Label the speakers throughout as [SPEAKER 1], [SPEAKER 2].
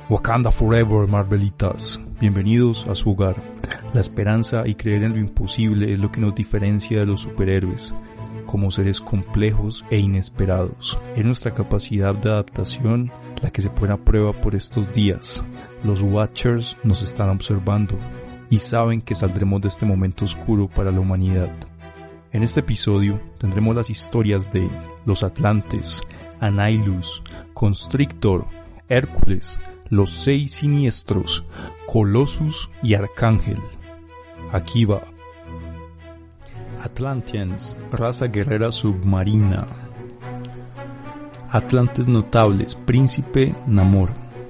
[SPEAKER 1] Wakanda Forever, Marvelitas. Bienvenidos a su hogar. La esperanza y creer en lo imposible es lo que nos diferencia de los superhéroes, como seres complejos e inesperados. Es nuestra capacidad de adaptación la que se pone a prueba por estos días. Los Watchers nos están observando y saben que saldremos de este momento oscuro para la humanidad. En este episodio tendremos las historias de los Atlantes, Anilus, Constrictor, Hércules, los 6 siniestros, Colossus y Arcángel. Aquí va. Atlanteans, raza guerrera submarina. Atlantes notables, príncipe Namor.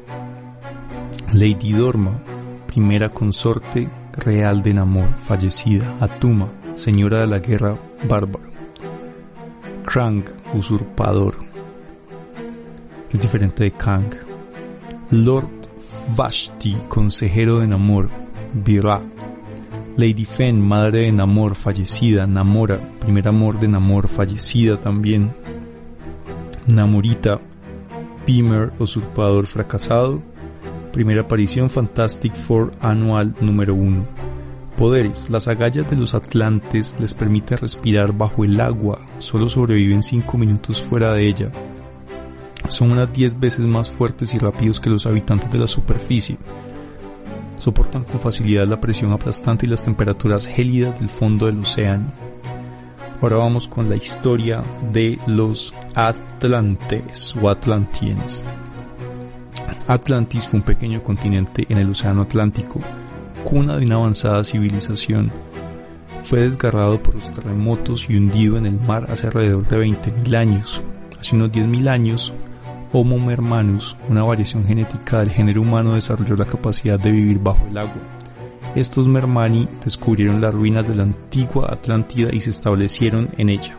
[SPEAKER 1] Lady Dorma, primera consorte real de Namor, fallecida. Atuma, señora de la guerra bárbaro. Krang, usurpador, es diferente de Kang. Lord Vashti, consejero de Namor. Vira, Lady Fen, madre de Namor, fallecida. Namora, primer amor de Namor, fallecida también. Namorita, Beamer, usurpador fracasado. Primera aparición, Fantastic Four anual número 1. Poderes. Las agallas de los Atlantes les permiten respirar bajo el agua. Solo sobreviven 5 minutos fuera de ella. Son unas 10 veces más fuertes y rápidos que los habitantes de la superficie. Soportan con facilidad la presión aplastante y las temperaturas gélidas del fondo del océano. Ahora vamos con la historia de los Atlantes o Atlanteans. Atlantis fue un pequeño continente en el océano Atlántico, cuna de una avanzada civilización. Fue desgarrado por los terremotos y hundido en el mar hace alrededor de 20.000 años. Hace unos 10.000 años, Homo mermanus, una variación genética del género humano, desarrolló la capacidad de vivir bajo el agua. Estos mermani descubrieron las ruinas de la antigua Atlántida y se establecieron en ella.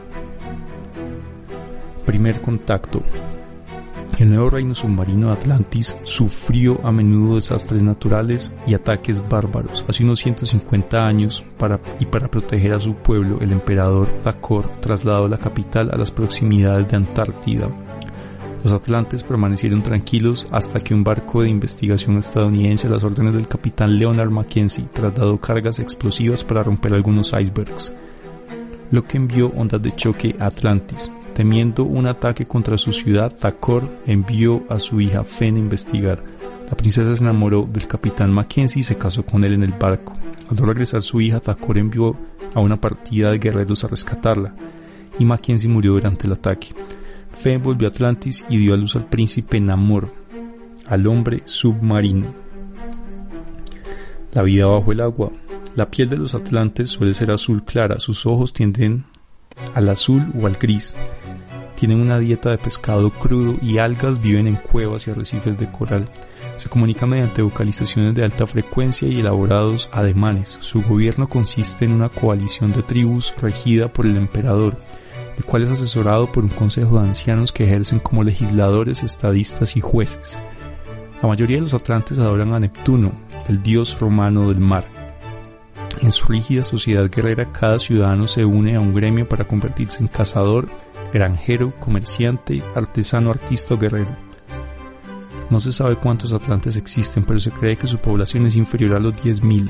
[SPEAKER 1] Primer contacto. El nuevo reino submarino de Atlantis sufrió a menudo desastres naturales y ataques bárbaros. Hace unos 150 años, para proteger a su pueblo, el emperador Thakor trasladó la capital a las proximidades de Antártida. Los atlantes permanecieron tranquilos hasta que un barco de investigación estadounidense, a las órdenes del capitán Leonard Mackenzie, trasladó cargas explosivas para romper algunos icebergs, lo que envió ondas de choque a Atlantis. Temiendo un ataque contra su ciudad, Thakor envió a su hija Fen a investigar. La princesa se enamoró del capitán Mackenzie y se casó con él en el barco. Al no regresar su hija, Thakor envió a una partida de guerreros a rescatarla, y Mackenzie murió durante el ataque. Fen volvió a Atlantis y dio a luz al príncipe Namor, al hombre submarino. La vida bajo el agua. La piel de los atlantes suele ser azul clara, sus ojos tienden al azul o al gris. Tienen una dieta de pescado crudo y algas, viven en cuevas y arrecifes de coral. Se comunican mediante vocalizaciones de alta frecuencia y elaborados ademanes. Su gobierno consiste en una coalición de tribus regida por el emperador, el cual es asesorado por un consejo de ancianos que ejercen como legisladores, estadistas y jueces. La mayoría de los atlantes adoran a Neptuno, el dios romano del mar. En su rígida sociedad guerrera, cada ciudadano se une a un gremio para convertirse en cazador, granjero, comerciante, artesano, artista o guerrero. No se sabe cuántos atlantes existen, pero se cree que su población es inferior a los 10.000.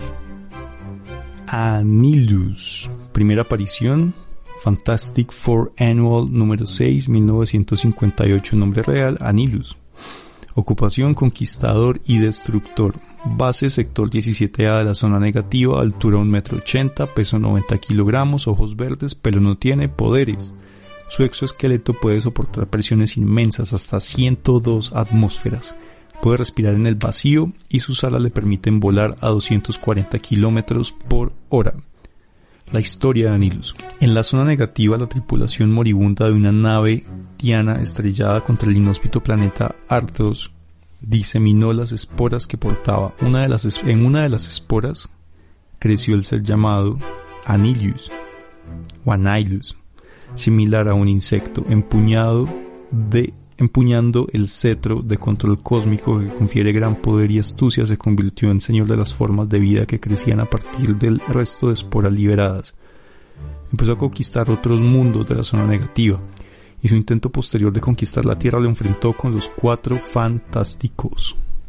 [SPEAKER 1] Anilus. Primera aparición, Fantastic Four Annual número 6, 1958. Nombre real, Anilus. Ocupación, conquistador y destructor. Base, sector 17A de la zona negativa, altura 1,80 m, peso 90 kg, ojos verdes, pelo no tiene. Poderes. Su exoesqueleto puede soportar presiones inmensas, hasta 102 atmósferas. Puede respirar en el vacío y sus alas le permiten volar a 240 km/h. La historia de Anilus. En la zona negativa, la tripulación moribunda de una nave tiana estrellada contra el inhóspito planeta Arthros diseminó las esporas que portaba. En una de las esporas creció el ser llamado Anilus o Anilus, similar a un insecto, empuñando el cetro de control cósmico que confiere gran poder y astucia. Se convirtió en señor de las formas de vida que crecían a partir del resto de esporas liberadas. Empezó a conquistar otros mundos de la zona negativa, y su intento posterior de conquistar la Tierra lo enfrentó con los 4 fantásticos.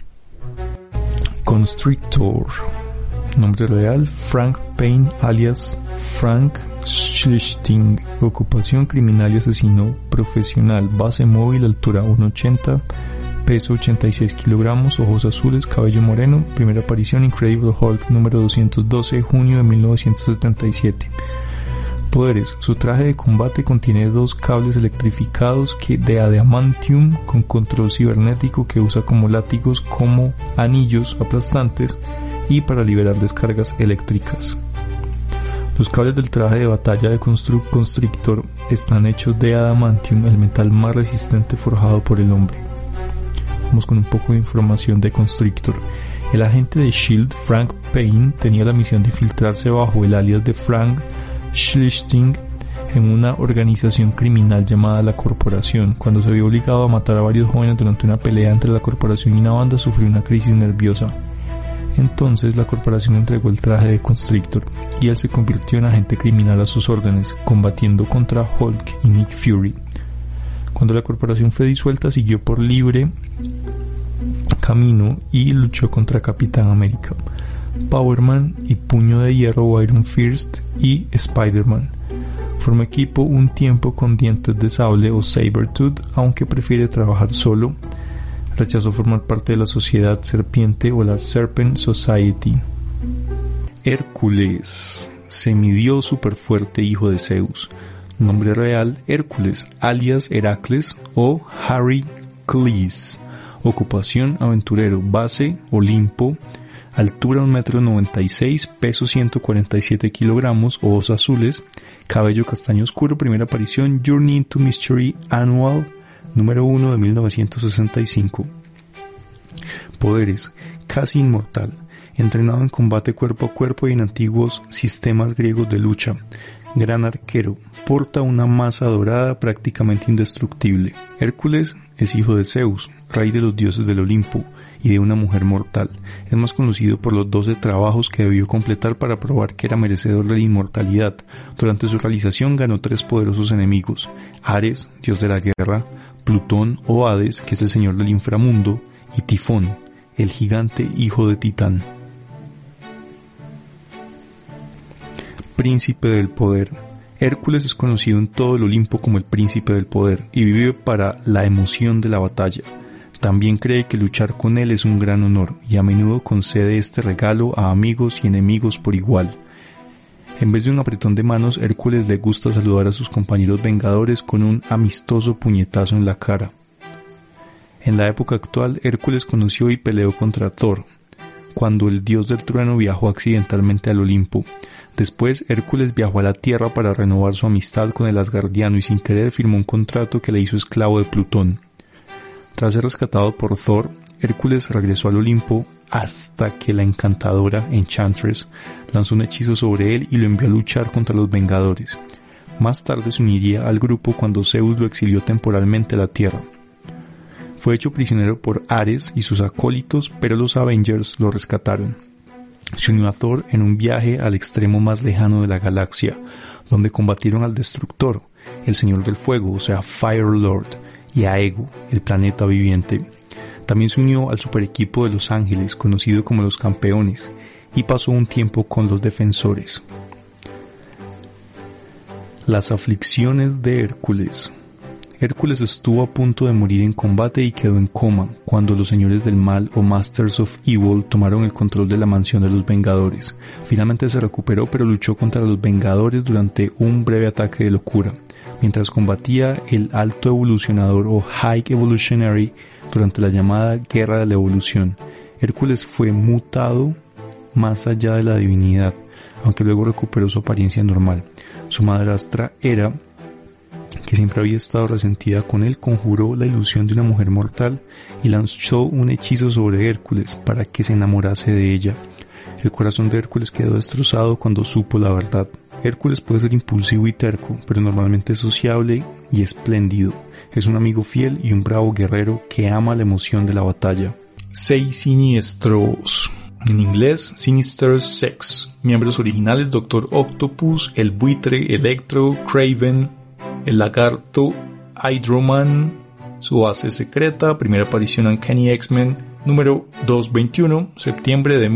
[SPEAKER 1] Constrictor. Nombre real: Frank Payne alias Frank Schlichting. Ocupación: criminal y asesino profesional. Base móvil, altura 1,80, peso 86 kilogramos, ojos azules, cabello moreno. Primera aparición: Incredible Hulk número 212, junio de 1977. Poderes: su traje de combate contiene 2 cables electrificados de adamantium con control cibernético que usa como látigos como anillos aplastantes y para liberar descargas eléctricas. Los cables del traje de batalla de Constrictor están hechos de adamantium, el metal más resistente forjado por el hombre. Vamos con un poco de información de Constrictor. El agente de S.H.I.E.L.D., Frank Payne, tenía la misión de infiltrarse bajo el alias de Frank Schlichting en una organización criminal llamada La Corporación. Cuando se vio obligado a matar a varios jóvenes durante una pelea entre la corporación y una banda, sufrió una crisis nerviosa. Entonces la corporación entregó el traje de Constrictor y él se convirtió en agente criminal a sus órdenes, combatiendo contra Hulk y Nick Fury. Cuando la corporación fue disuelta, siguió por libre camino y luchó contra Capitán América, Powerman y Puño de Hierro, Iron Fist y Spider-Man. Formó equipo un tiempo con Dientes de Sable o Sabretooth, aunque prefiere trabajar solo. Rechazó formar parte de la Sociedad Serpiente o la Serpent Society. Hércules, semidios superfuerte, hijo de Zeus. Nombre real: Hércules, alias Heracles o Heracles. Ocupación: aventurero. Base: Olimpo. Altura 1,96 m, peso 147 kilogramos, ojos azules, cabello castaño oscuro. Primera aparición: Journey into Mystery Annual número 1 de 1965. Poderes: casi inmortal, entrenado en combate cuerpo a cuerpo y en antiguos sistemas griegos de lucha. Gran arquero, porta una maza dorada prácticamente indestructible. Hércules es hijo de Zeus, rey de los dioses del Olimpo, y de una mujer mortal. Es más conocido por los 12 trabajos que debió completar para probar que era merecedor de la inmortalidad. Durante su realización ganó 3 poderosos enemigos: Ares, dios de la guerra; Plutón o Hades, que es el señor del inframundo; y Tifón, el gigante hijo de Titán. Príncipe del poder. Hércules es conocido en todo el Olimpo como el príncipe del poder y vive para la emoción de la batalla. También cree que luchar con él es un gran honor y a menudo concede este regalo a amigos y enemigos por igual. En vez de un apretón de manos, Hércules le gusta saludar a sus compañeros vengadores con un amistoso puñetazo en la cara. En la época actual, Hércules conoció y peleó contra Thor, cuando el dios del trueno viajó accidentalmente al Olimpo. Después, Hércules viajó a la Tierra para renovar su amistad con el Asgardiano y sin querer firmó un contrato que le hizo esclavo de Plutón. Tras ser rescatado por Thor, Hércules regresó al Olimpo hasta que la encantadora Enchantress lanzó un hechizo sobre él y lo envió a luchar contra los Vengadores. Más tarde se uniría al grupo cuando Zeus lo exilió temporalmente a la Tierra. Fue hecho prisionero por Ares y sus acólitos, pero los Avengers lo rescataron. Se unió a Thor en un viaje al extremo más lejano de la galaxia, donde combatieron al Destructor, el Señor del Fuego, o sea, Fire Lord, y a Ego, el planeta viviente. También se unió al super equipo de Los Ángeles, conocido como los Campeones, y pasó un tiempo con los Defensores. Las aflicciones de Hércules. Hércules estuvo a punto de morir en combate y quedó en coma cuando los señores del mal o Masters of Evil tomaron el control de la mansión de los Vengadores. Finalmente se recuperó, pero luchó contra los Vengadores durante un breve ataque de locura, mientras combatía el Alto Evolucionador o High Evolutionary durante la llamada Guerra de la Evolución. Hércules fue mutado más allá de la divinidad, aunque luego recuperó su apariencia normal. Su madrastra Hera, que siempre había estado resentida con él, conjuró la ilusión de una mujer mortal y lanzó un hechizo sobre Hércules para que se enamorase de ella. El corazón de Hércules quedó destrozado cuando supo la verdad. Hércules puede ser impulsivo y terco, pero normalmente es sociable y espléndido. Es un amigo fiel y un bravo guerrero que ama la emoción de la batalla. 6 siniestros. En inglés, Sinister Six. Miembros originales: Doctor Octopus, el buitre Electro, Kraven, el lagarto Hydro-Man, su base secreta, primera aparición en Uncanny X-Men Número 221, septiembre de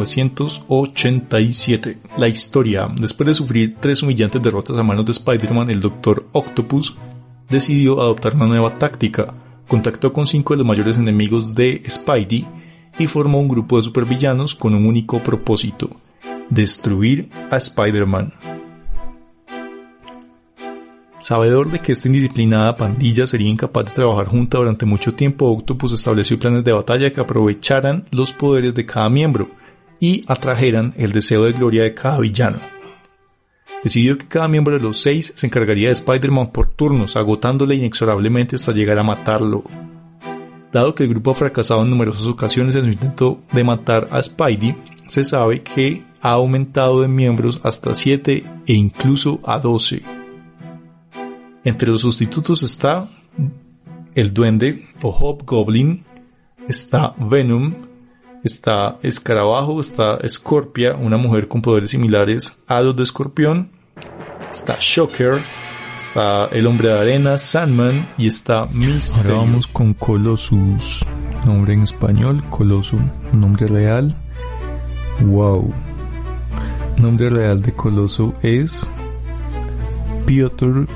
[SPEAKER 1] 1987. La historia. Después de sufrir 3 humillantes derrotas a manos de Spider-Man, el Dr. Octopus decidió adoptar una nueva táctica. Contactó con 5 de los mayores enemigos de Spidey y formó un grupo de supervillanos con un único propósito: destruir a Spider-Man. Sabedor de que esta indisciplinada pandilla sería incapaz de trabajar junta durante mucho tiempo, Octopus estableció planes de batalla que aprovecharan los poderes de cada miembro y atrajeran el deseo de gloria de cada villano. Decidió que cada miembro de los 6 se encargaría de Spider-Man por turnos, agotándole inexorablemente hasta llegar a matarlo. Dado que el grupo ha fracasado en numerosas ocasiones en su intento de matar a Spidey, se sabe que ha aumentado de miembros hasta 7 e incluso a 12. Entre los sustitutos está el Duende o Hobgoblin, está Venom, está Escarabajo, está Scorpia, una mujer con poderes similares a los de Escorpión, está Shocker, está el Hombre de Arena, Sandman y está Mysterio. Ahora vamos con Colossus, nombre en español, Coloso, nombre real, wow. Nombre real de Coloso es Piotr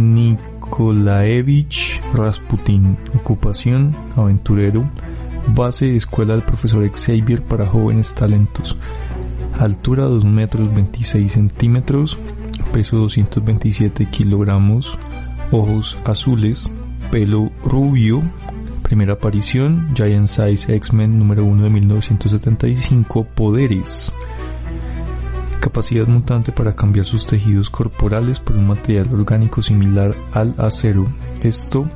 [SPEAKER 1] Nikolaevich Rasputin. Ocupación: aventurero. Base: escuela del profesor Xavier para jóvenes talentos. Altura: 2 metros 26 centímetros. Peso: 227 kilogramos. Ojos azules. Pelo rubio. Primera aparición: Giant Size X-Men número 1 de 1975. Poderes: capacidad mutante para cambiar sus tejidos corporales por un material orgánico similar al acero. Esto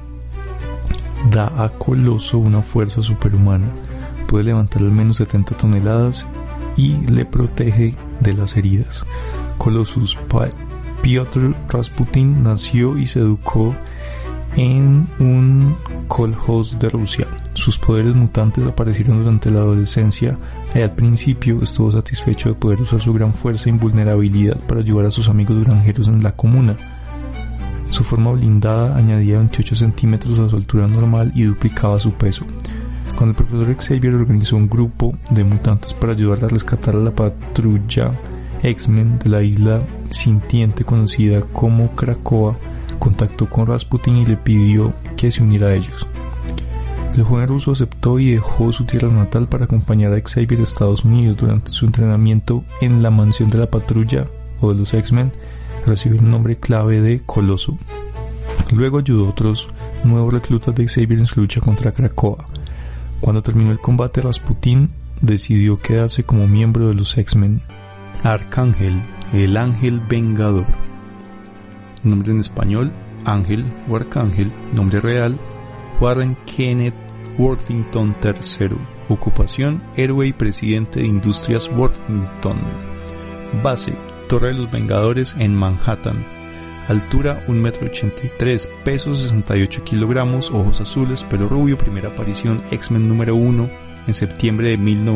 [SPEAKER 1] da a Coloso una fuerza superhumana. Puede levantar al menos 70 toneladas y le protege de las heridas. Colossus Piotr Rasputin nació y se educó en un kolhoz de Rusia. Sus poderes mutantes aparecieron durante la adolescencia y al principio estuvo satisfecho de poder usar su gran fuerza e invulnerabilidad para ayudar a sus amigos granjeros en la comuna. Su forma blindada añadía 28 centímetros a su altura normal y duplicaba su peso. Cuando el profesor Xavier organizó un grupo de mutantes para ayudar a rescatar a la patrulla X-Men de la isla sintiente conocida como Krakoa, contactó con Rasputin y le pidió que se uniera a ellos. El joven ruso aceptó y dejó su tierra natal para acompañar a Xavier a Estados Unidos. Durante su entrenamiento en la mansión de la patrulla o de los X-Men, recibió el nombre clave de Coloso. Luego ayudó a otros nuevos reclutas de Xavier en su lucha contra Krakoa. Cuando terminó el combate, Rasputin decidió quedarse como miembro de los X-Men. Arcángel, el ángel vengador. Nombre en español: Ángel o Arcángel. Nombre real: Warren Kenneth Worthington III. Ocupación: héroe y presidente de Industrias Worthington. Base: Torre de los Vengadores en Manhattan. Altura: 1,83 m. Peso: 68 kilogramos. Ojos azules, pelo rubio. Primera aparición: X-Men número 1 en septiembre de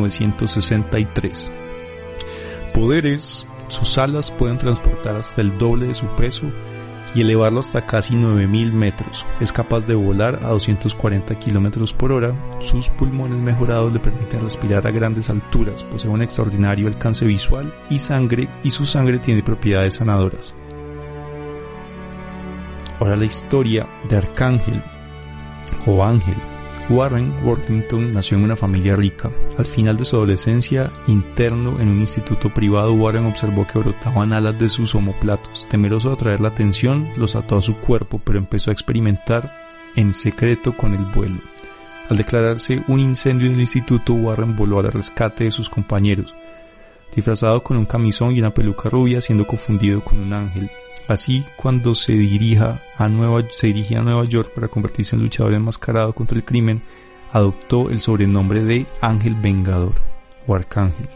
[SPEAKER 1] 1963. Poderes: sus alas pueden transportar hasta el doble de su peso y elevarlo hasta casi 9.000 metros. Es capaz de volar a 240 kilómetros por hora. Sus pulmones mejorados le permiten respirar a grandes alturas. Posee un extraordinario alcance visual y su sangre tiene propiedades sanadoras. Ahora la historia de Arcángel o Ángel. Warren Worthington nació en una familia rica. Al final de su adolescencia, interno en un instituto privado, Warren observó que brotaban alas de sus omóplatos. Temeroso de atraer la atención, los ató a su cuerpo, pero empezó a experimentar en secreto con el vuelo. Al declararse un incendio en el instituto, Warren voló al rescate de sus compañeros, disfrazado con un camisón y una peluca rubia, siendo confundido con un ángel. Así, cuando se dirigía a Nueva York para convertirse en luchador enmascarado contra el crimen, adoptó el sobrenombre de Ángel Vengador o Arcángel.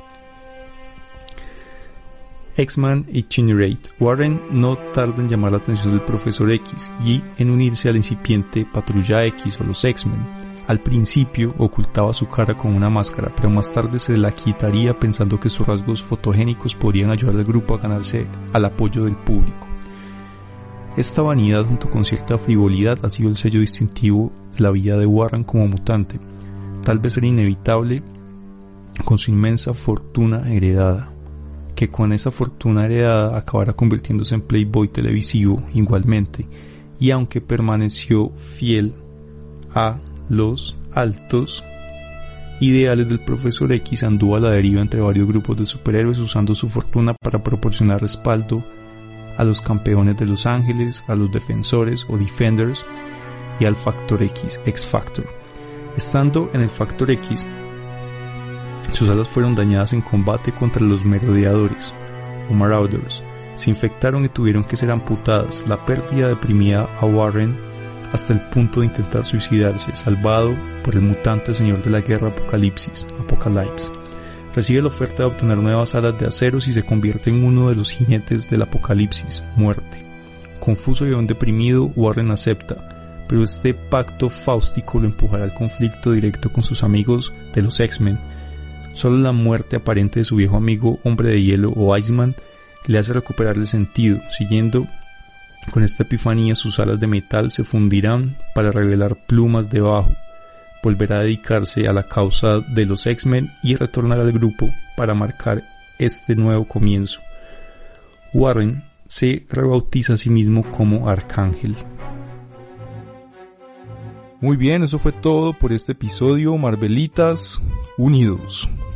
[SPEAKER 1] X-Men Itinerate. Warren no tarda en llamar la atención del Profesor X y en unirse a la incipiente Patrulla X o los X-Men. Al principio ocultaba su cara con una máscara, pero más tarde se la quitaría pensando que sus rasgos fotogénicos podrían ayudar al grupo a ganarse al apoyo del público. Esta vanidad junto con cierta frivolidad ha sido el sello distintivo de la vida de Warren como mutante. tal vez era inevitable con su inmensa fortuna heredada, que con esa fortuna heredada acabara convirtiéndose en playboy televisivo igualmente, y aunque permaneció fiel a los altos ideales del Profesor X, anduvo a la deriva entre varios grupos de superhéroes usando su fortuna para proporcionar respaldo a los campeones de Los Ángeles, a los defensores o defenders y al Factor X, X-Factor. Estando en el Factor X, sus alas fueron dañadas en combate contra los merodeadores o Marauders. Se infectaron y tuvieron que ser amputadas. La pérdida deprimía a Warren hasta el punto de intentar suicidarse, salvado por el mutante señor de la guerra Apocalypse. Recibe la oferta de obtener nuevas alas de acero y se convierte en uno de los jinetes del Apocalipsis, Muerte. Confuso y aún deprimido, Warren acepta, pero este pacto fáustico lo empujará al conflicto directo con sus amigos de los X-Men. Solo la muerte aparente de su viejo amigo Hombre de Hielo o Iceman le hace recuperar el sentido. Siguiendo con esta epifanía, sus alas de metal se fundirán para revelar plumas debajo. Volverá a dedicarse a la causa de los X-Men y retornar al grupo para marcar este nuevo comienzo. Warren se rebautiza a sí mismo como Arcángel. Muy bien, eso fue todo por este episodio. Marvelitas, unidos.